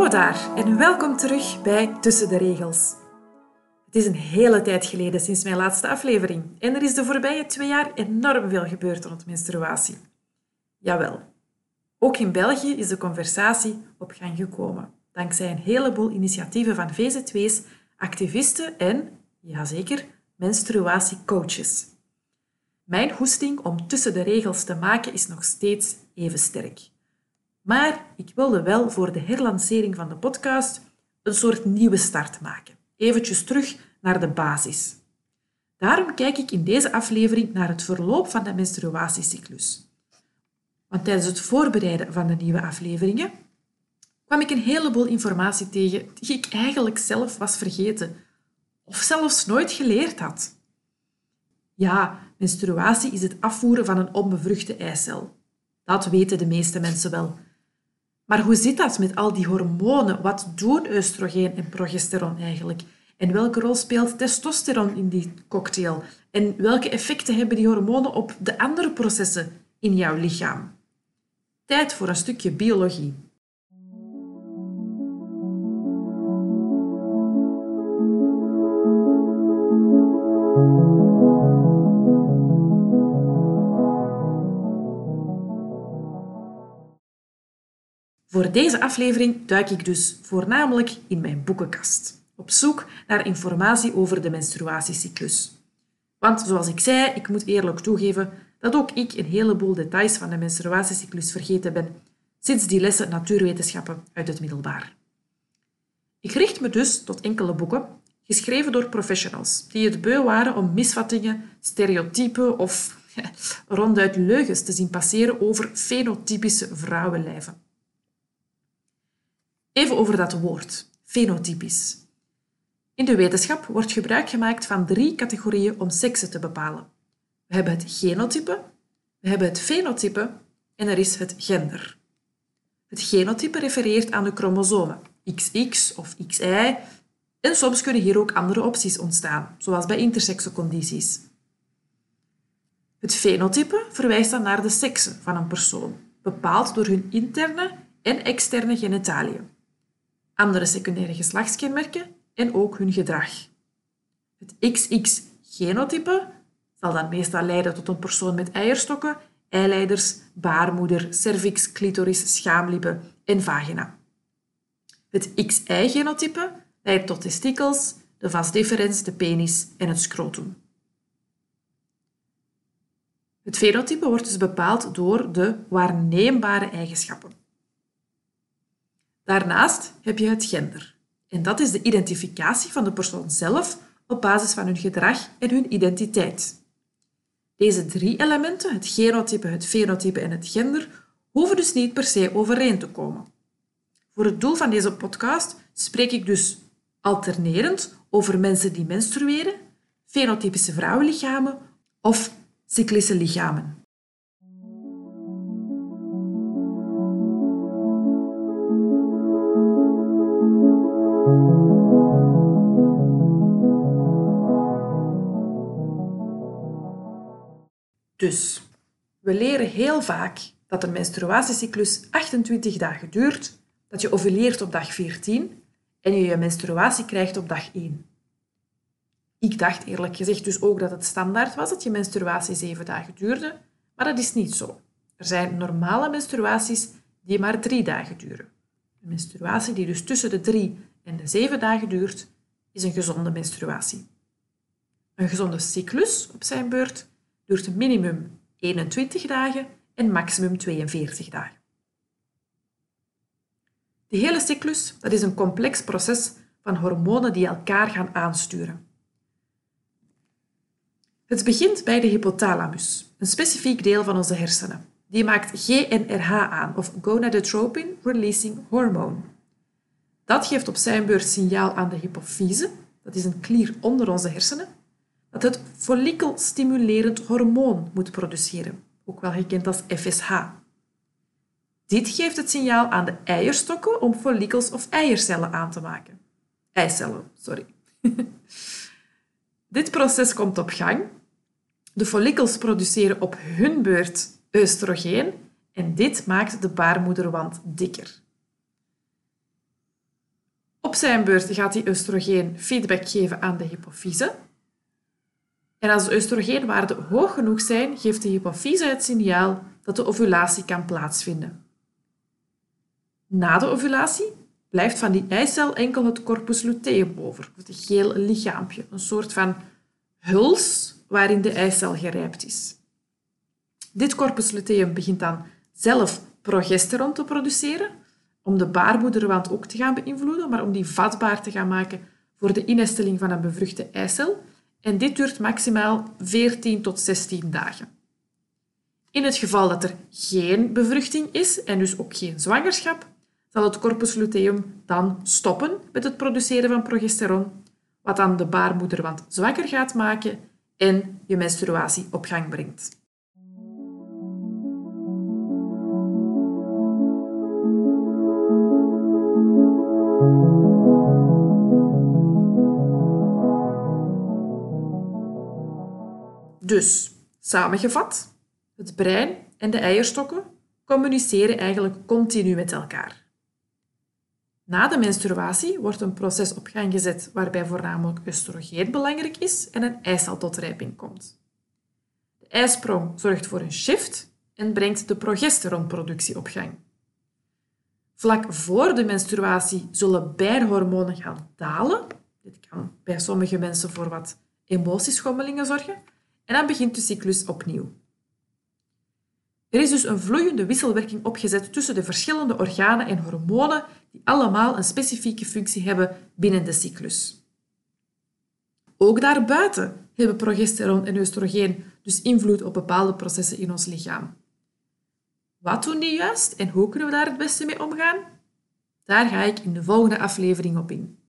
Hallo daar en welkom terug bij Tussen de Regels. Het is een hele tijd geleden sinds mijn laatste aflevering en er is de voorbije 2 jaar enorm veel gebeurd rond menstruatie. Jawel, ook in België is de conversatie op gang gekomen, dankzij een heleboel initiatieven van VZW's, activisten en, jazeker, menstruatiecoaches. Mijn goesting om Tussen de Regels te maken is nog steeds even sterk. Maar ik wilde wel voor de herlancering van de podcast een soort nieuwe start maken. Eventjes terug naar de basis. Daarom kijk ik in deze aflevering naar het verloop van de menstruatiecyclus. Want tijdens het voorbereiden van de nieuwe afleveringen kwam ik een heleboel informatie tegen die ik eigenlijk zelf was vergeten of zelfs nooit geleerd had. Ja, menstruatie is het afvoeren van een onbevruchte eicel. Dat weten de meeste mensen wel. Maar hoe zit dat met al die hormonen? Wat doen oestrogeen en progesteron eigenlijk? En welke rol speelt testosteron in die cocktail? En welke effecten hebben die hormonen op de andere processen in jouw lichaam? Tijd voor een stukje biologie. Voor deze aflevering duik ik dus voornamelijk in mijn boekenkast, op zoek naar informatie over de menstruatiecyclus. Want zoals ik zei, ik moet eerlijk toegeven dat ook ik een heleboel details van de menstruatiecyclus vergeten ben sinds die lessen natuurwetenschappen uit het middelbaar. Ik richt me dus tot enkele boeken, geschreven door professionals, die het beu waren om misvattingen, stereotypen of ronduit leugens te zien passeren over fenotypische vrouwenlijven. Even over dat woord, fenotypisch. In de wetenschap wordt gebruik gemaakt van 3 categorieën om seksen te bepalen. We hebben het genotype, we hebben het fenotype en er is het gender. Het genotype refereert aan de chromosomen, XX of XY, en soms kunnen hier ook andere opties ontstaan, zoals bij intersexe condities. Het fenotype verwijst dan naar de sekse van een persoon, bepaald door hun interne en externe genitaliën, andere secundaire geslachtskenmerken en ook hun gedrag. Het XX-genotype zal dan meestal leiden tot een persoon met eierstokken, eileiders, baarmoeder, cervix, clitoris, schaamlippen en vagina. Het XY-genotype leidt tot testikels, de vas deferens, de penis en het scrotum. Het fenotype wordt dus bepaald door de waarneembare eigenschappen. Daarnaast heb je het gender. En dat is de identificatie van de persoon zelf op basis van hun gedrag en hun identiteit. Deze 3 elementen, het genotype, het fenotype en het gender, hoeven dus niet per se overeen te komen. Voor het doel van deze podcast spreek ik dus alternerend over mensen die menstrueren, fenotypische vrouwenlichamen of cyclische lichamen. Dus, we leren heel vaak dat een menstruatiecyclus 28 dagen duurt, dat je ovuleert op dag 14 en je menstruatie krijgt op dag 1. Ik dacht eerlijk gezegd dus ook dat het standaard was dat je menstruatie 7 dagen duurde, maar dat is niet zo. Er zijn normale menstruaties die maar 3 dagen duren. Een menstruatie die dus tussen de 3 en de 7 dagen duurt, is een gezonde menstruatie. Een gezonde cyclus op zijn beurt duurt minimum 21 dagen en maximum 42 dagen. De hele cyclus, dat is een complex proces van hormonen die elkaar gaan aansturen. Het begint bij de hypothalamus, een specifiek deel van onze hersenen. Die maakt GnRH aan, of gonadotropin releasing hormone. Dat geeft op zijn beurt signaal aan de hypofyse, dat is een klier onder onze hersenen, dat het follikelstimulerend hormoon moet produceren, ook wel gekend als FSH. Dit geeft het signaal aan de eierstokken om follikels of eiercellen aan te maken. Eicellen, sorry. Dit proces komt op gang. De follikels produceren op hun beurt oestrogeen en dit maakt de baarmoederwand dikker. zijn beurt gaat die oestrogeen feedback geven aan de hypofyse. En als de oestrogeenwaarden hoog genoeg zijn, geeft de hypofyse het signaal dat de ovulatie kan plaatsvinden. Na de ovulatie blijft van die eicel enkel het corpus luteum over, het geel lichaampje, een soort van huls waarin de eicel gerijpt is. Dit corpus luteum begint dan zelf progesteron te produceren, om de baarmoederwand ook te gaan beïnvloeden, maar om die vatbaar te gaan maken voor de innesteling van een bevruchte eicel. En dit duurt maximaal 14 tot 16 dagen. In het geval dat er geen bevruchting is en dus ook geen zwangerschap, zal het corpus luteum dan stoppen met het produceren van progesteron, wat dan de baarmoederwand zwakker gaat maken en je menstruatie op gang brengt. Dus, samengevat, het brein en de eierstokken communiceren eigenlijk continu met elkaar. Na de menstruatie wordt een proces op gang gezet waarbij voornamelijk oestrogeen belangrijk is en een eicel tot rijping komt. De eisprong zorgt voor een shift en brengt de progesteronproductie op gang. Vlak voor de menstruatie zullen beide hormonen gaan dalen. Dit kan bij sommige mensen voor wat emotieschommelingen zorgen. En dan begint de cyclus opnieuw. Er is dus een vloeiende wisselwerking opgezet tussen de verschillende organen en hormonen die allemaal een specifieke functie hebben binnen de cyclus. Ook daarbuiten hebben progesteron en oestrogeen dus invloed op bepaalde processen in ons lichaam. Wat doen die juist en hoe kunnen we daar het beste mee omgaan? Daar ga ik in de volgende aflevering op in.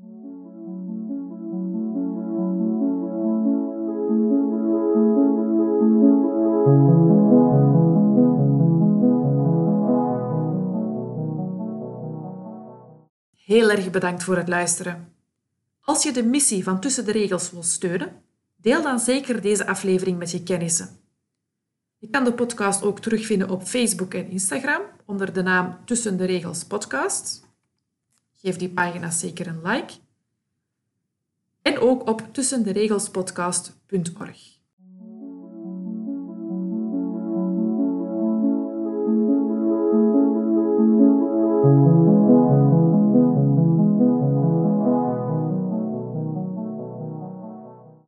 Heel erg bedankt voor het luisteren. Als je de missie van Tussen de Regels wil steunen, deel dan zeker deze aflevering met je kennissen. Je kan de podcast ook terugvinden op Facebook en Instagram onder de naam Tussen de Regels Podcast. Geef die pagina's zeker een like. En ook op tussenderegelspodcast.org.